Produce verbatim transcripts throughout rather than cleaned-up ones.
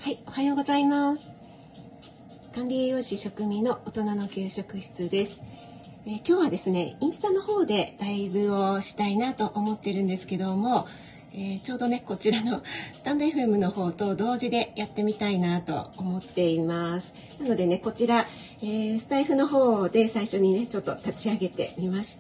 はい、おはようございます。管理栄養士食味の大人の給食室です。えー、今日はですね、インスタの方でライブをしたいなと思ってるんですけども、えー、ちょうどねこちらのスタンド エフエム の方と同時でやってみたいなと思っています。なのでね、こちら、えー、スタイフの方で最初にねちょっと立ち上げてみました。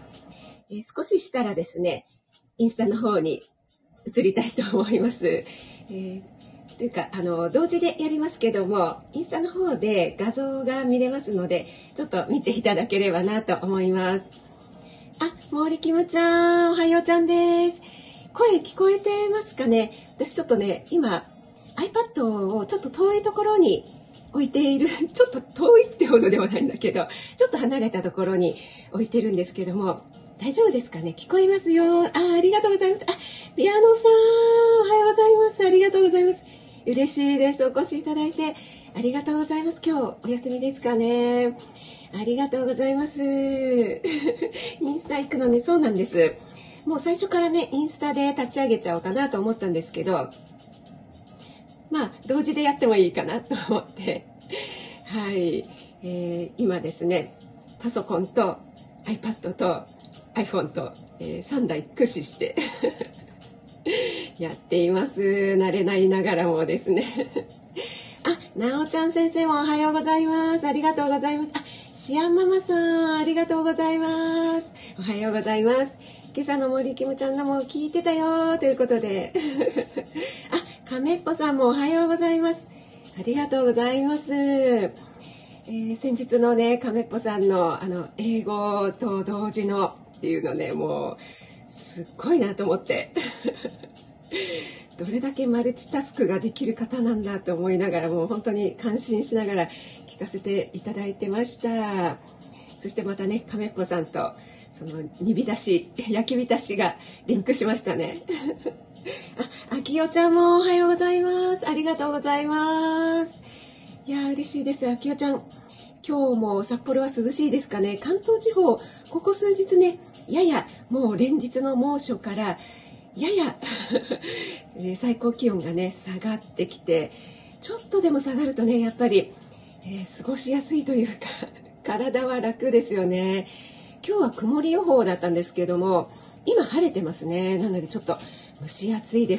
えー、少ししたらですね、インスタの方に移りたいと思います。えーというかあの同時でやりますけども、インスタの方で画像が見れますので、ちょっと見ていただければなと思います。あ、森キムちゃん、おはようちゃんです。声聞こえてますかね。私ちょっとね今 iPad をちょっと遠いところに置いているちょっと遠いってほどではないんだけど、ちょっと離れたところに置いてるんですけども、大丈夫ですかね。聞こえますよ。あ、ありがとうございます。あ、ピアノさん、おはようございます。ありがとうございます。嬉しいです。お越しいただいてありがとうございます。今日お休みですかね。ありがとうございます。インスタ行くのね、そうなんです。もう最初からねインスタで立ち上げちゃおうかなと思ったんですけど、まあ同時でやってもいいかなと思ってはい、えー、今ですねパソコンと iPad と iPhone と、えー、さんだい駆使してやっています。慣れないながらもですねあ、なおちゃん先生もおはようございます。ありがとうございます。あ、シアンママさんありがとうございます。おはようございます。今朝の森キムちゃんのも聞いてたよということであ、かめっぽさんもおはようございます。ありがとうございます。えー、先日のねかめっぽさんのあの英語と同時のっていうのね、もうすっごいなと思ってどれだけマルチタスクができる方なんだと思いながら、もう本当に感心しながら聞かせていただいてました。そしてまたねかめっぽさんとその煮浸し焼き浸しがリンクしましたねあ、あきよちゃんもおはようございます。ありがとうございます。いや嬉しいです。あきよちゃん、今日も札幌は涼しいですかね。関東地方ここ数日ね、ややもう連日の猛暑からやや最高気温がね下がってきて、ちょっとでも下がるとねやっぱり、えー、過ごしやすいというか体は楽ですよね。今日は曇り予報だったんですけども、今晴れてますね。なのでちょっと蒸し暑いです。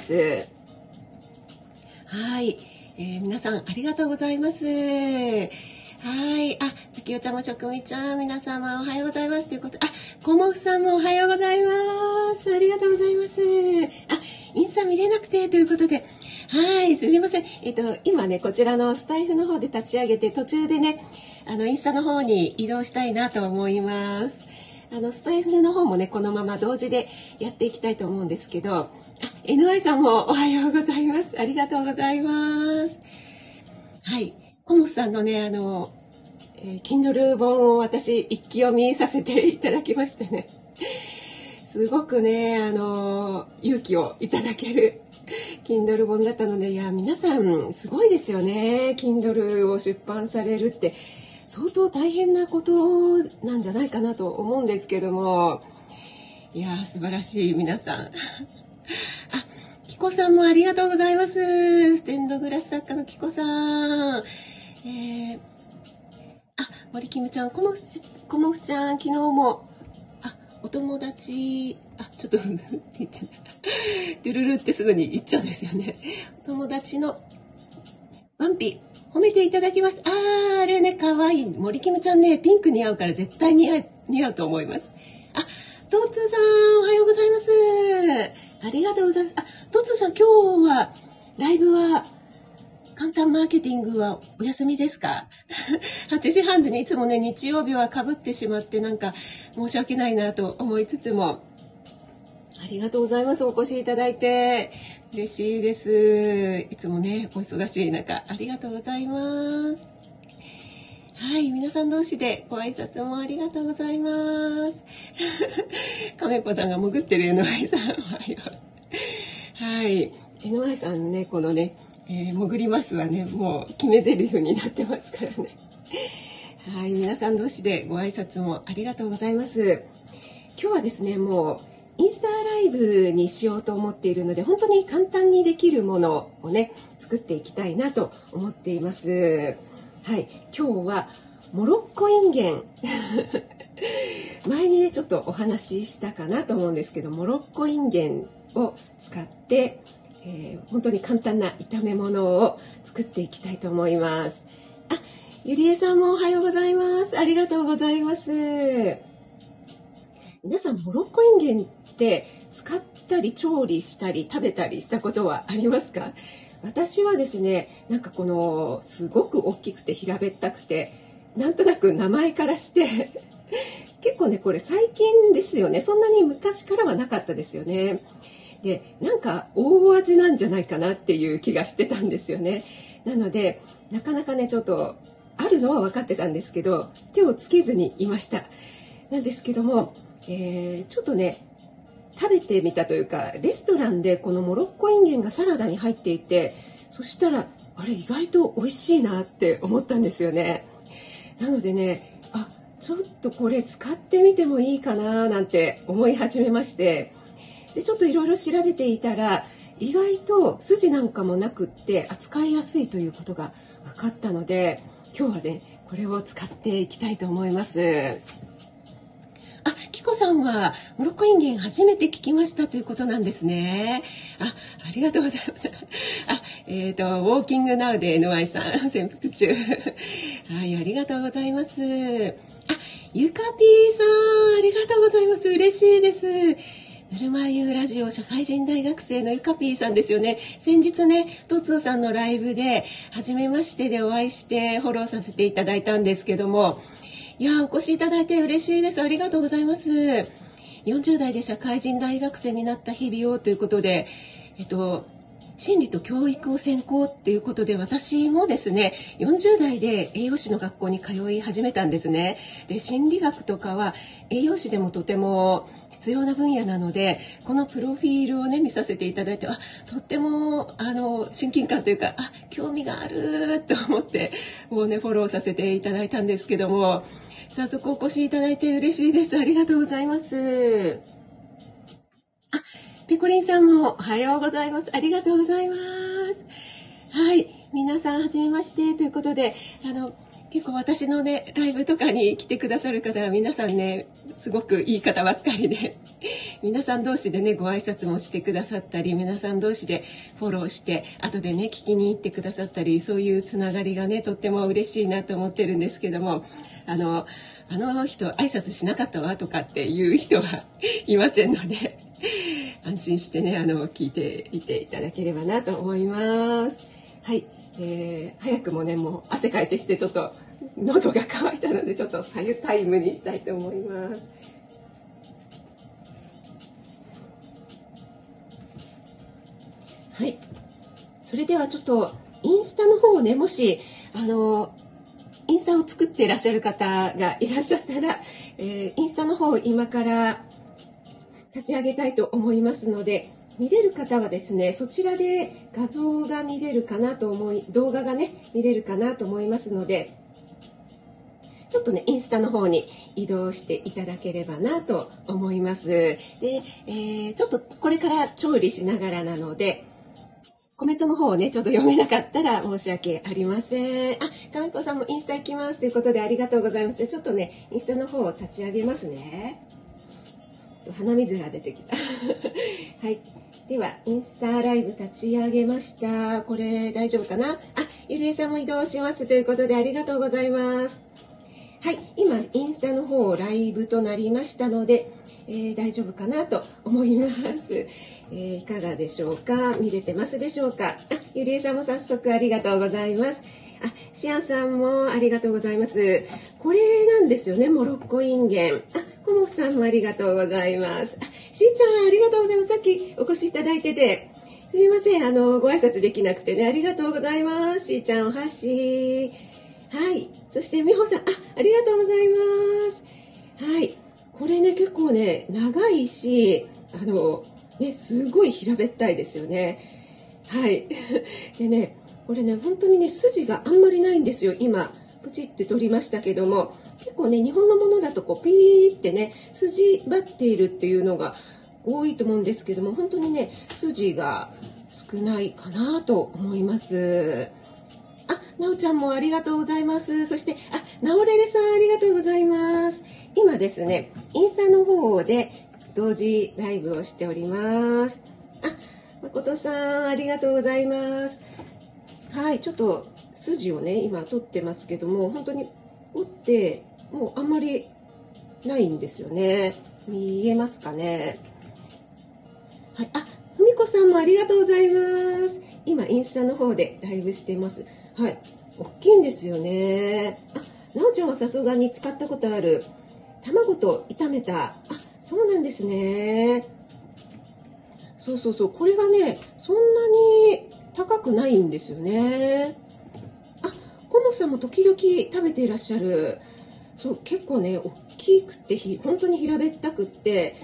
はい、えー、皆さんありがとうございます。はい、あ、たきおちゃんもしょくみちゃん、皆様おはようございますということで、あ、こもふさんもおはようございます。ありがとうございます。あ、インスタ見れなくてということで、はい、すみません。えっと今ねこちらのスタイフの方で立ち上げて、途中でねあのインスタの方に移動したいなと思います。あのスタイフの方もねこのまま同時でやっていきたいと思うんですけど、あ、エヌワイ さんもおはようございます。ありがとうございます。はい、コモフさんのねあの、えー、Kindle 本を私一気読みさせていただきましてね、すごくねあの勇気をいただける Kindle 本だったので、いや皆さんすごいですよね。 Kindle を出版されるって相当大変なことなんじゃないかなと思うんですけども、いや素晴らしい皆さんあ、キコさんもありがとうございます。ステンドグラス作家のキコさん、えー、あ、森キムちゃん、コモフコモフちゃん、昨日もあお友達、あちょっと言っちゃったドゥルルってすぐに言っちゃうんですよね。お友達のワンピ褒めていただきました。あー、あれね可愛い。森キムちゃんねピンク似合うから絶対似合う似合うと思います。あ、トッツーさんおはようございます。ありがとうございます。あ、トッツーさん今日はライブは簡単マーケティングはお休みですかはちじはんでね、いつもね日曜日はかぶってしまってなんか申し訳ないなと思いつつも、ありがとうございます。お越しいただいて嬉しいです。いつもねお忙しい中ありがとうございます。はい、皆さん同士でご挨拶もありがとうございますカメッポさんが潜ってる エヌワイ さん、はい、 エヌワイ さんのねこのね、えー、潜りますはねもう決め台詞になってますからねはい、皆さん同士でご挨拶もありがとうございます。今日はですねもうインスタライブにしようと思っているので、本当に簡単にできるものをね作作っていきたいなと思っています。はい、今日はモロッコインゲン前にねちょっとお話ししたかなと思うんですけど、モロッコインゲンを使って、えー、本当に簡単な炒め物を作っていきたいと思います。あ、ゆりえさんもおはようございます。ありがとうございます。皆さんモロッコインゲンって使ったり調理したり食べたりしたことはありますか？私はですね、なんかこのすごく大きくて平べったくて、なんとなく名前からして結構ねこれ最近ですよね。そんなに昔からはなかったですよね。で、なんか大味なんじゃないかなっていう気がしてたんですよね。なのでなかなかねちょっとあるのは分かってたんですけど、手をつけずにいました。なんですけども、えー、ちょっとね食べてみたというか、レストランでこのモロッコインゲンがサラダに入っていて、そしたらあれ意外と美味しいなって思ったんですよね。なのでね、あ、ちょっとこれ使ってみてもいいかななんて思い始めまして、でちょっといろいろ調べていたら意外と筋なんかもなくって扱いやすいということが分かったので、今日はねこれを使っていきたいと思います。あ、キコさんはモロッコインゲン初めて聞きましたということなんですね。あ、ありがとうございます。あ、えっと、ウォーキングナウで エヌワイ さん、潜伏中。はい、ありがとうございます。あ、ゆかぴーさん、ありがとうございます。嬉しいです。ぬるま湯ラジオ社会人大学生のゆかぴーさんですよね。先日ね、トツーさんのライブで、初めましてでお会いしてフォローさせていただいたんですけども、いや、お越しいただいて嬉しいです。ありがとうございます。よんじゅう代で社会人大学生になった日々をということで、えっと、心理と教育を専攻っていうことで、私もですね、よんじゅう代で栄養士の学校に通い始めたんですね。で、心理学とかは栄養士でもとても必要な分野なので、このプロフィールをね見させていただいて、あ、とってもあの親近感というか、あ、興味があると思ってもうねフォローさせていただいたんですけども、早速お越しいただいて嬉しいです。ありがとうございます。あ、ペコリンさんもおはようございます。ありがとうございます。はい、皆さんはじめましてということで、あの結構私のねライブとかに来てくださる方は皆さんねすごくいい方ばっかりで、皆さん同士でねご挨拶もしてくださったり、皆さん同士でフォローして後でね聞きに行ってくださったり、そういうつながりがねとっても嬉しいなと思ってるんですけども、あのあの人挨拶しなかったわとかっていう人はいませんので安心してねあの聞いていていただければなと思います。はい、えー、早くもねもう汗かいてきてちょっと喉が渇いたので、ちょっと白湯タイムにしたいと思います。はい、それではちょっとインスタの方をね、もしあのインスタを作っていらっしゃる方がいらっしゃったら、えー、インスタの方を今から立ち上げたいと思いますので、見れる方はですねそちらで画像が見れるかなと思い、動画がね見れるかなと思いますので、ちょっとねインスタの方に移動していただければなと思います。で、えー、ちょっとこれから調理しながらなのでコメントの方をねちょっと読めなかったら申し訳ありません。あ、かみこさんもインスタ行きますということでありがとうございます。ちょっとねインスタの方を立ち上げますね。鼻水が出てきたはい、ではインスタライブ立ち上げました。これ大丈夫かな。あ、ゆりえさんも移動しますということでありがとうございます。はい、今インスタの方ライブとなりましたので、えー、大丈夫かなと思います。えー、いかがでしょうか。見れてますでしょうか。あ、ゆりえさんも早速ありがとうございます。あ、シアンさんもありがとうございます。これなんですよね、モロッコインゲン。あ、コモフさんもありがとうございます。あ、しーちゃんありがとうございます。さっきお越しいただいててすみません、あのご挨拶できなくてね、ありがとうございます。しーちゃんお箸。はい、そして美穂さん、あ、ありがとうございます。はい、これね結構ね長いし、あのねすごい平べったいですよね。はいでねこれね本当にね筋があんまりないんですよ。今プチって取りましたけども、結構ね日本のものだとこうピーってね筋張っているっていうのが多いと思うんですけども、本当にね筋が少ないかなと思います。あ、なおちゃんもありがとうございます。そして、あ、なおれれさんありがとうございます。今ですね、インスタの方で同時ライブをしております。あ、まことさんありがとうございます。はい、ちょっと筋をね、今取ってますけども、本当に折ってもうあんまりないんですよね。見えますかね。はい、あ、ふみこさんもありがとうございます。今インスタの方でライブしています。はい、大きいんですよね。あ、なおちゃんはさすがに使ったことある卵と炒めた。あ、そうなんですね。そうそうそう、これがね、そんなに高くないんですよね。あ、コモさんも時々食べていらっしゃる。そう、結構ね、大きくてひ本当に平べったくって、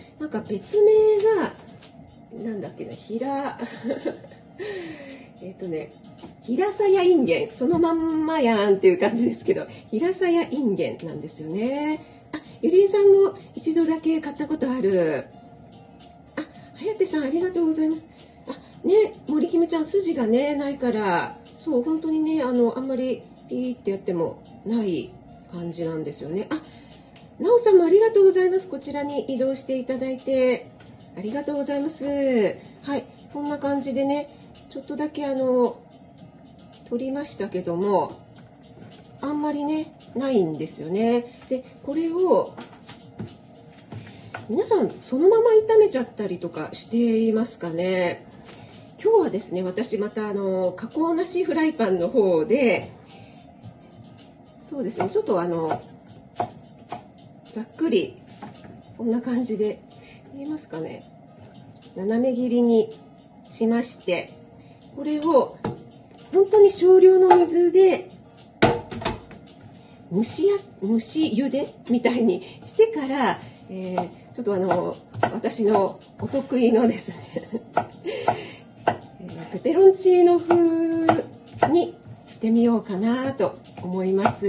なんか別名がなんだっけな、ひらえっとね、平さやいんげん、そのまんまやんっていう感じですけど、平さやいんげんなんですよね。あ、ゆりえさんも一度だけ買ったことある。あ、はやてさんありがとうございます。あ、ね、森キムちゃん筋がねないから、そう本当にね、あのあんまりピーってやってもない感じなんですよね。あ、なおさんもありがとうございます。こちらに移動していただいてありがとうございます。はい、こんな感じでね、ちょっとだけあの取りましたけども、あんまりねないんですよね。で、これを皆さんそのまま炒めちゃったりとかしていますかね。今日はですね、私またあの加工なしフライパンの方で、そうですね、ちょっとあのざっくりこんな感じで見えますかね、斜め切りにしまして、これを本当に少量の水で蒸しや蒸し茹でみたいにしてから、えー、ちょっとあの私のお得意のですねペペロンチーノ風にしてみようかなと思います。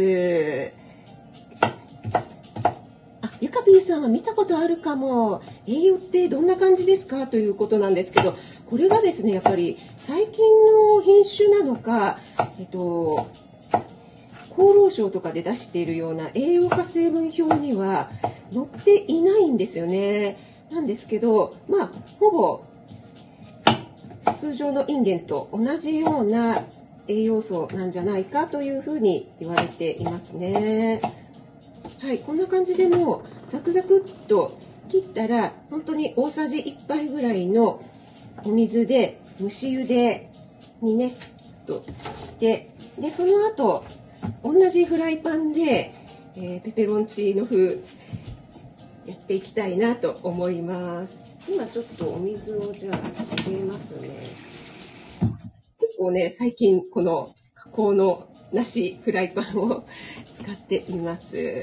あ、ゆかぴーさんは見たことあるかも。栄養ってどんな感じですかということなんですけど、これがですね、やっぱり最近の品種なのか、えっと厚労省とかで出しているような栄養価成分表には載っていないんですよね。なんですけど、まあほぼ通常のインゲンと同じような栄養素なんじゃないかというふうに言われていますね。はい、こんな感じでもうザクザクっと切ったら、本当に大さじいっぱいぐらいのお水で蒸し茹でにねとして、でその後同じフライパンで、えー、ペペロンチーノ風やっていきたいなと思います。今ちょっとお水をじゃあ入れますね。結構ね、最近この加工のなしフライパンを使っています。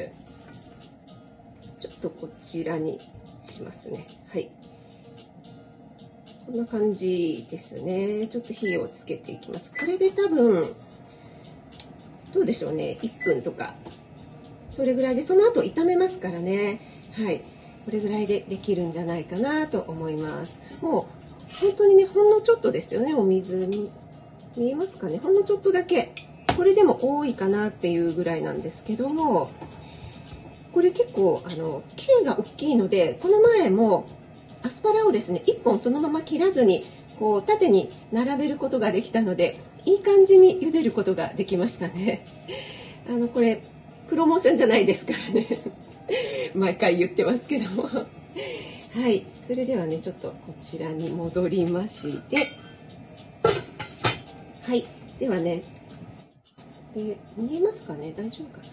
ちょっとこちらにしますね。はい。こんな感じですね。ちょっと火をつけていきます。これで多分、どうでしょうね。いっぷんとか。それぐらいで、その後炒めますからね。はい。これぐらいでできるんじゃないかなと思います。もう、本当にね、ほんのちょっとですよね。お水に。見えますかね。ほんのちょっとだけ。これでも多いかなっていうぐらいなんですけども、これ結構、あの、径が大きいので、この前もアスパラをですね、いっぽんそのまま切らずに、こう、縦に並べることができたので、いい感じに茹でることができましたね。あの、これ、プロモーションじゃないですからね。毎回言ってますけども。はい。それではね、ちょっとこちらに戻りまして、はい。ではね、え見えますかね、大丈夫かな。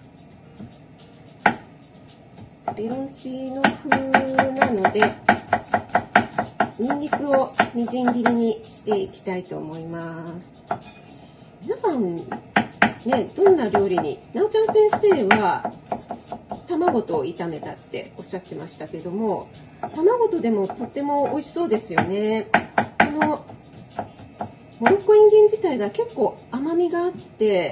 ペペロンチーノ風なので、ニンニクをみじん切りにしていきたいと思います。皆さんね、どんな料理に、なおちゃん先生は卵と炒めたっておっしゃってましたけども、卵とでもとっても美味しそうですよね。このモロッコインゲン自体が結構甘みがあって、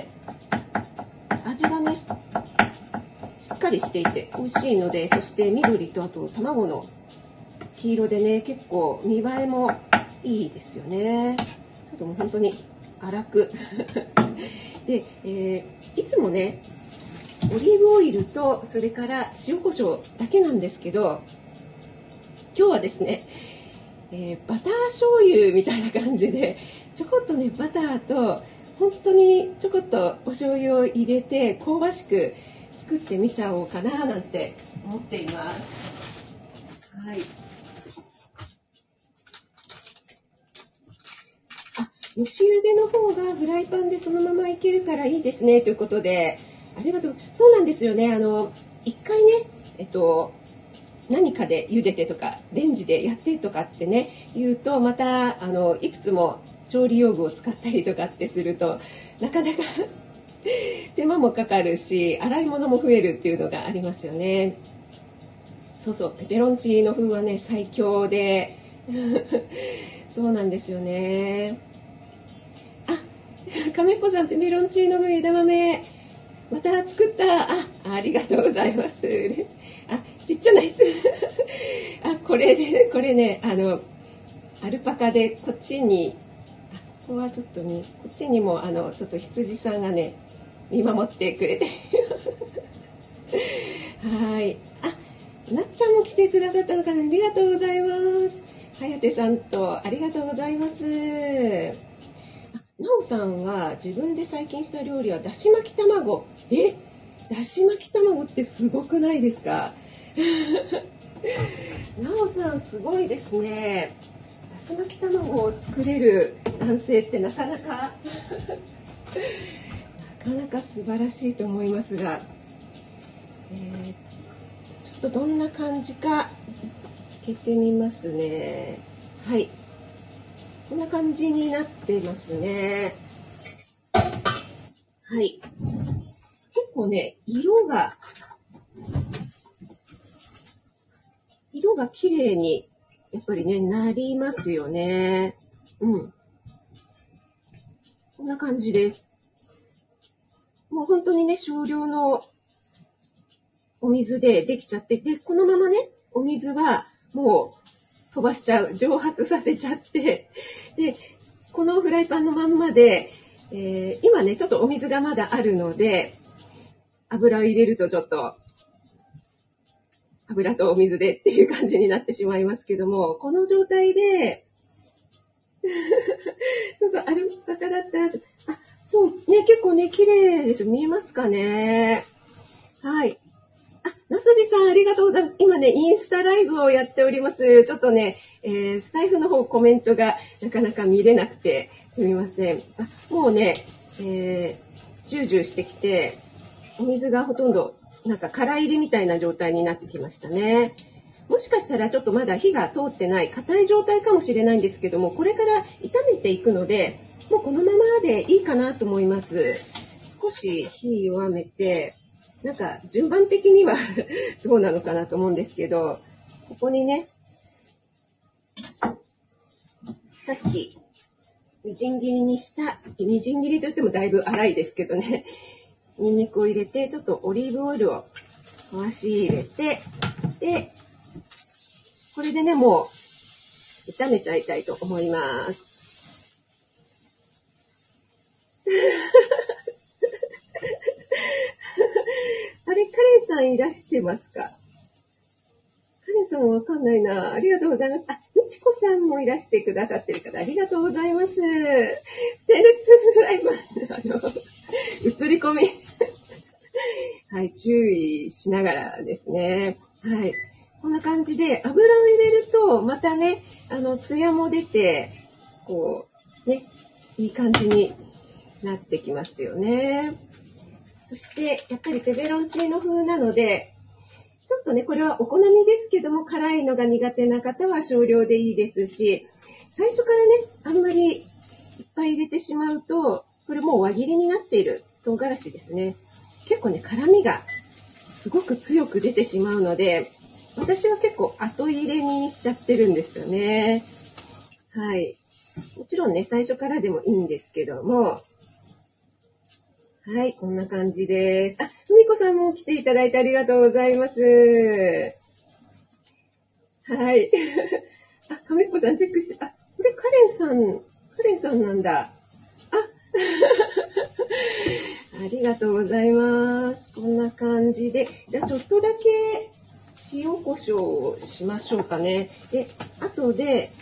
味がねしっかりしていて美味しいので、そして緑とあと卵の黄色でね、結構見栄えもいいですよね。ちょっともう本当に粗くで、えー、いつもねオリーブオイルとそれから塩コショウだけなんですけど、今日はですね、えー、バター醤油みたいな感じでちょこっとねバターと本当にちょこっとお醤油を入れて香ばしく作ってみちゃおうかななんて思っています。はい。あ、蒸し茹での方がフライパンでそのままいけるからいいですねということで、ありがとう。そうなんですよね。あの一回ね、えっと何かで茹でてとかレンジでやってとかってね言うと、またあのいくつも調理用具を使ったりとかってするとなかなか手間もかかるし洗い物も増えるっていうのがありますよね。そうそう、ペペロンチーノ風はね最強でそうなんですよね。あ、亀っぽさん、ペペロンチーノ風枝豆また作った。あ、ありがとうございます。あ、ちっちゃな質あ、これでこれね、あのアルパカでこっちに、あ、ここはちょっとにこっちにもあのちょっと羊さんがね見守ってくれてはい。あ、なっちゃんも来てくださったのかな。ありがとうございます。はやてさんとありがとうございます。なおさんは自分で最近した料理はだし巻き卵。え、だし巻き卵ってすごくないですか？なおさんすごいですね。だし巻き卵を作れる男性ってなかなかなかなか素晴らしいと思いますが、えー、ちょっとどんな感じか開けてみますね。はい、こんな感じになってますね。はい、結構ね色が色が綺麗にやっぱりねなりますよね。うん、こんな感じです。もう本当にね少量のお水でできちゃって、でこのままねお水はもう飛ばしちゃう、蒸発させちゃって、でこのフライパンのまんまで、えー、今ねちょっとお水がまだあるので油を入れるとちょっと油とお水でっていう感じになってしまいますけども、この状態でそうそう、アルパカだったら、あ、そうね、結構ね綺麗です。見えますかね。はい。あ、なすびさんありがとうございます。今ね、インスタライブをやっております。ちょっとね、えー、スタイフの方コメントがなかなか見れなくてすみません。あ、もうね、えー、ジュージューしてきて、お水がほとんどなんか空入りみたいな状態になってきましたね。もしかしたらちょっとまだ火が通ってない硬い状態かもしれないんですけども、これから炒めていくので、もうこのままでいいかなと思います。少し火弱めて、なんか順番的にはどうなのかなと思うんですけど、ここにね、さっきみじん切りにした、みじん切りといってもだいぶ粗いですけどね、ニンニクを入れて、ちょっとオリーブオイルを回し入れて、で、これでね、もう炒めちゃいたいと思います。あれ、カレンさんいらしてますか？カレンさんわかんないな。ありがとうございます。あ、みちこさんもいらしてくださってる方、ありがとうございます。ステルスフライパン、あの、映り込み。はい、注意しながらですね。はい。こんな感じで油を入れると、またね、あの、ツヤも出て、こう、ね、いい感じになってきますよね。そして、やっぱりペペロンチーノ風なので、ちょっとね、これはお好みですけども、辛いのが苦手な方は少量でいいですし、最初からね、あんまりいっぱい入れてしまうと、これもう輪切りになっている唐辛子ですね。結構ね、辛みがすごく強く出てしまうので、私は結構後入れにしちゃってるんですよね。はい。もちろんね、最初からでもいいんですけども、はい、こんな感じです。あ、ふみこさんも来ていただいてありがとうございます。はい。あ、かめっこさんチェックして、あ、 これカレンさん、カレンさんなんだ。あ、ありがとうございます。こんな感じで、じゃあちょっとだけ塩コショウをしましょうかね。で、後で、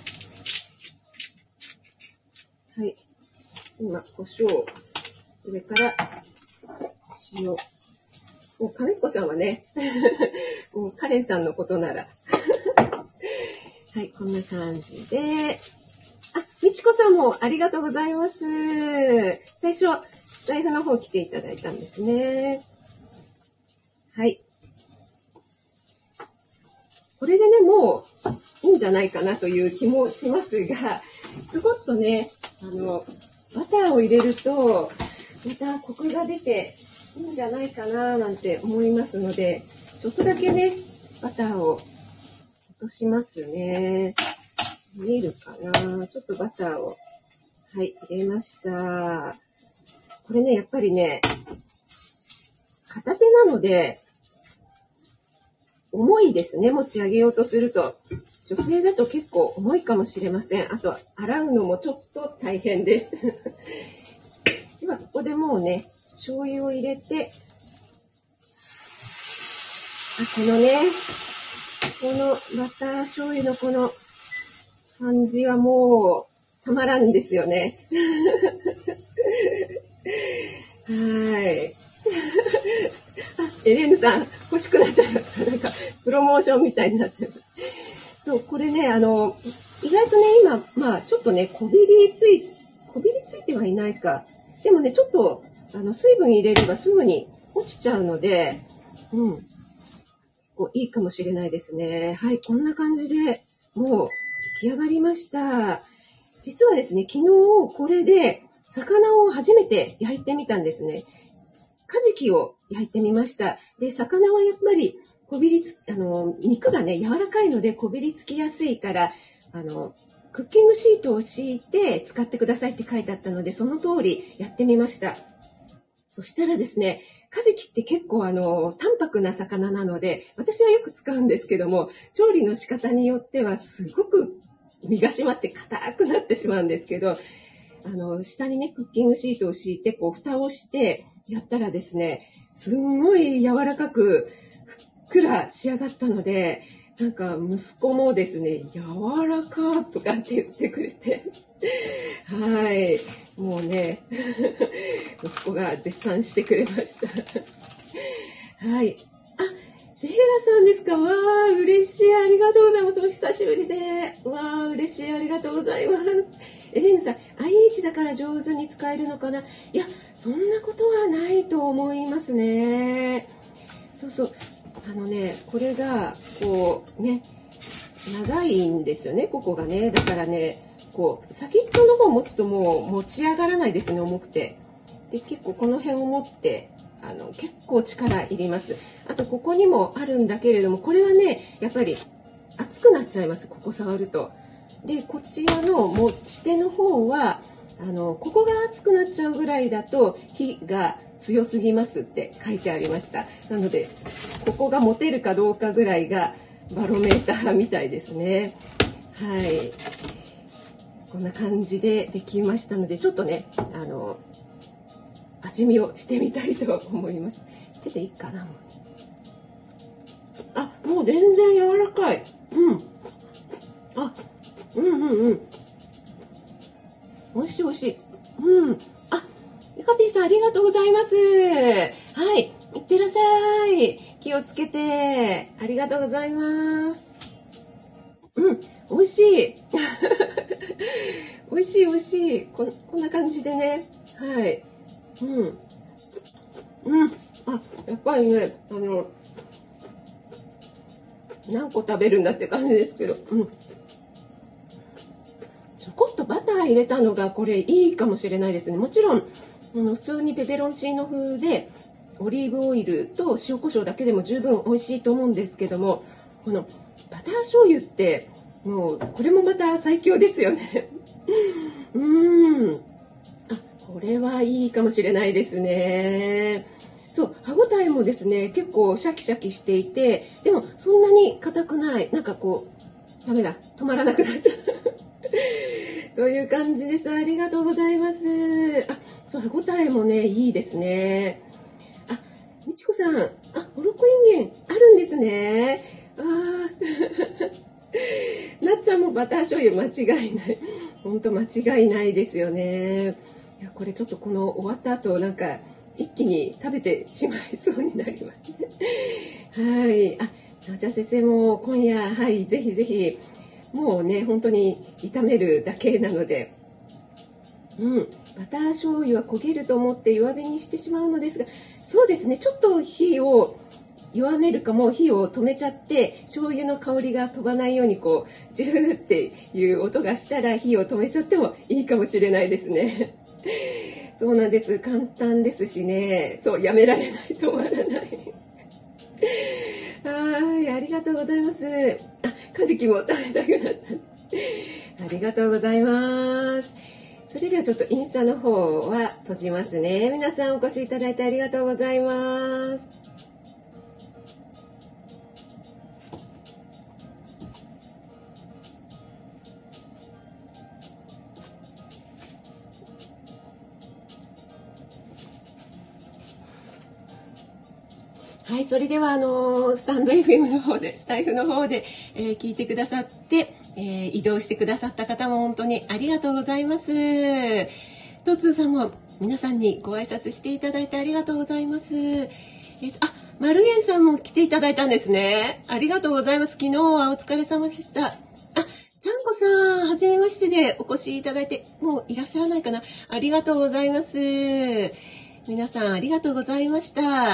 はい、今コショウ、それから塩。もう亀っ子さんはね、もうカレンさんのことなら。はい、こんな感じで。あ、みちこさんもありがとうございます。最初、ライフの方来ていただいたんですね。はい。これでね、もういいんじゃないかなという気もしますが、ちょこっとね、あの、バターを入れると、またコクが出ていいんじゃないかななんて思いますので、ちょっとだけね、バターを落としますね。見えるかな？ちょっとバターを、はい、入れました。これね、やっぱりね、片手なので、重いですね、持ち上げようとすると。女性だと結構重いかもしれません。あとは洗うのもちょっと大変です。では、ここでもうね、醤油を入れて、あ、このね、このバター醤油のこの感じはもうたまらんですよね。はい。あ、エレーヌさん欲しくなっちゃいました。なんかプロモーションみたいになっちゃいます。そう、これね、あの、意外とね、今、まあ、ちょっとね、こびりつい、こびりついてはいないか。でもね、ちょっと、あの、水分入れればすぐに落ちちゃうので、うん。こういいかもしれないですね。はい、こんな感じでもう出来上がりました。実はですね、昨日これで魚を初めて焼いてみたんですね。カジキを焼いてみました。で、魚はやっぱりこびりつ、あの、肉がね、柔らかいのでこびりつきやすいから、あの、クッキングシートを敷いて使ってくださいって書いてあったので、その通りやってみました。そしたらですね、カジキって結構あの、淡白な魚なので、私はよく使うんですけども、調理の仕方によってはすごく身が締まって硬くなってしまうんですけど、あの、下にね、クッキングシートを敷いて、こう、蓋をしてやったらですね、すんごい柔らかく、ふっくら仕上がったので、なんか息子もですね、柔らかとかって言ってくれて、はい、もうね、息子が絶賛してくれました。はい。あ、シェヘラさんですか？わあ、嬉しい。ありがとうございます。お久しぶりで。わあ、嬉しい。ありがとうございます。エレンさん、アイエイチ だから上手に使えるのかな？いや、そんなことはないと思いますね。そうそう。あのね、これが、こう、ね、長いんですよね、ここがね。だからね、こう、先っちょの方を持つともう持ち上がらないですね、重くて。で、結構この辺を持って、あの、結構力いります。あと、ここにもあるんだけれども、これはね、やっぱり熱くなっちゃいます、ここ触ると。で、こちらの持ち手の方は、あの、ここが熱くなっちゃうぐらいだと、火が強すぎますって書いてありました。なので、ここが持てるかどうかぐらいがバロメーターみたいですね。はい。こんな感じでできましたので、ちょっとね、あの、味見をしてみたいと思います。手でいいかな。あ、もう全然柔らかい。うん。あ、うんうんうん。美味しい美味しい。うん。あ、ゆかぴーさんありがとうございます。はい。いってらっしゃい。気をつけて。ありがとうございます。うん。美味しい。美味しい美味しい。こ、こんな感じでね。はい。うん。うん。あ、やっぱりね、あの、何個食べるんだって感じですけど。うん。ちょこっとバター入れたのがこれいいかもしれないですね。もちろん、あの普通にペペロンチーノ風でオリーブオイルと塩コショウだけでも十分美味しいと思うんですけども、このバター醤油ってもうこれもまた最強ですよね。うーん。あ、これはいいかもしれないですね。そう、歯ごたえもですね、結構シャキシャキしていて、でもそんなに硬くない。なんかこう、ダメだ、止まらなくなっちゃう。 という感じです。ありがとうございます。あ、そう、歯ごたえもね、いいですね。あ、みちこさん、あ、モロッコインゲンあるんですね。あーなっちゃんもバター醤油間違いない。本当間違いないですよね。いや、これちょっとこの終わった後、なんか一気に食べてしまいそうになりますね。はい。あ、なっちゃん先生も今夜、はい、ぜひぜひ、もうね、本当に炒めるだけなので、うん、バター醤油は焦げると思って弱火にしてしまうのですが、そうですね、ちょっと火を弱めるか、もう火を止めちゃって醤油の香りが飛ばないようにこうジューっていう音がしたら火を止めちゃってもいいかもしれないですね。そうなんです、簡単ですしね、そう、やめられない、止まらないはい、ありがとうございます。あ、カジキも食べたくなった。ありがとうございます。それではちょっとインスタの方は閉じますね。皆さんお越しいただいてありがとうございます。はい、それではあのスタンド エフエム の方で、スタイフの方で、えー、聞いてくださって、えー、移動してくださった方も本当にありがとうございます。トツーさんも皆さんにご挨拶していただいてありがとうございます。えー、あ、マルゲンさんも来ていただいたんですね。ありがとうございます。昨日はお疲れ様でした。あ、ちゃんこさん、はじめましてでお越しいただいて、もういらっしゃらないかな。ありがとうございます。皆さんありがとうございました。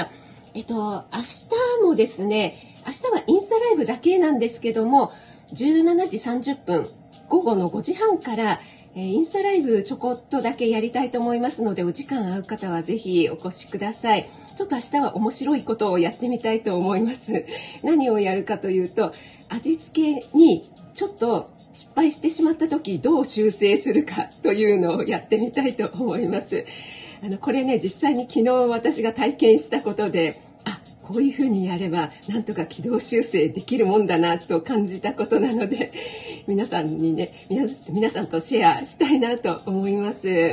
えっと、明日もですね、明日はインスタライブだけなんですけども、じゅうしちじさんじゅっぷん、午後のごじはんから、えー、インスタライブちょこっとだけやりたいと思いますので、お時間合う方はぜひお越しください。ちょっと明日は面白いことをやってみたいと思います。何をやるかというと、味付けにちょっと失敗してしまった時どう修正するかというのをやってみたいと思います。あのこれね、実際に昨日私が体験したことで、あ、こういうふうにやればなんとか軌道修正できるもんだなと感じたことなので、皆さんにね、皆、皆さんとシェアしたいなと思います。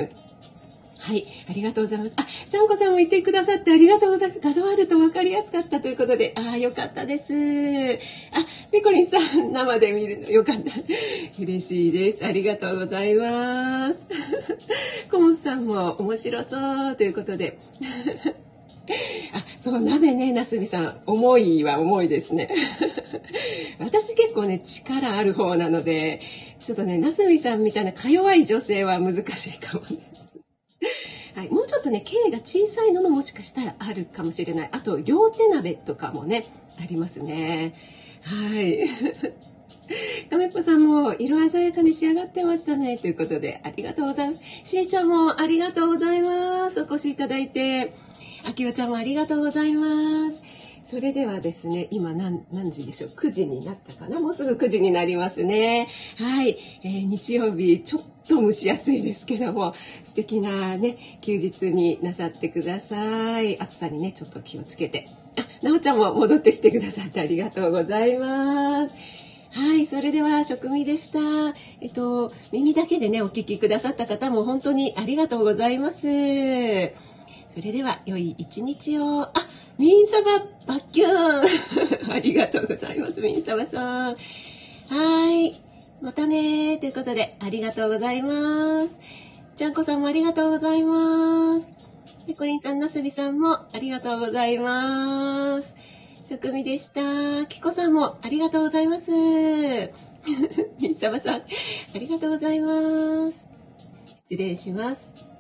はい、ありがとうございます。あ、ちゃんこさんもいてくださってありがとうございます。画像あると分かりやすかったということで、ああ、よかったです。あ、ペコリンさん、生で見るのよかった。嬉しいです。ありがとうございます。コモさんも面白そうということで。あ、そう、鍋ね、なすびさん、重いは重いですね。私結構ね、力ある方なので、ちょっとね、なすびさんみたいなか弱い女性は難しいかもね。はい、もうちょっとね、径が小さいのももしかしたらあるかもしれない。あと両手鍋とかもねありますね。はい。かめっぽさんも色鮮やかに仕上がってましたねということで、ありがとうございます。しーちゃんもありがとうございます。お越しいただいて。あきおちゃんもありがとうございます。それではですね、今 何, 何時でしょう。くじになったかな。もうすぐくじになりますね。はい、えー、日曜日ちょっと蒸し暑いですけども、素敵なね休日になさってください。暑さにねちょっと気をつけて。あ、なおちゃんも戻ってきてくださってありがとうございます。はい、それでは食味でした。えっと耳だけでねお聞きくださった方も本当にありがとうございます。それでは良い一日を。あ、ミンサババッキューンありがとうございます、ミンサバさん。はい、またねということでありがとうございます。ちゃんこさんもありがとうございます。ペコリンさん、なすびさんもありがとうございます。食味でした。きこさんもありがとうございます。ミンサバさんありがとうございます。失礼します。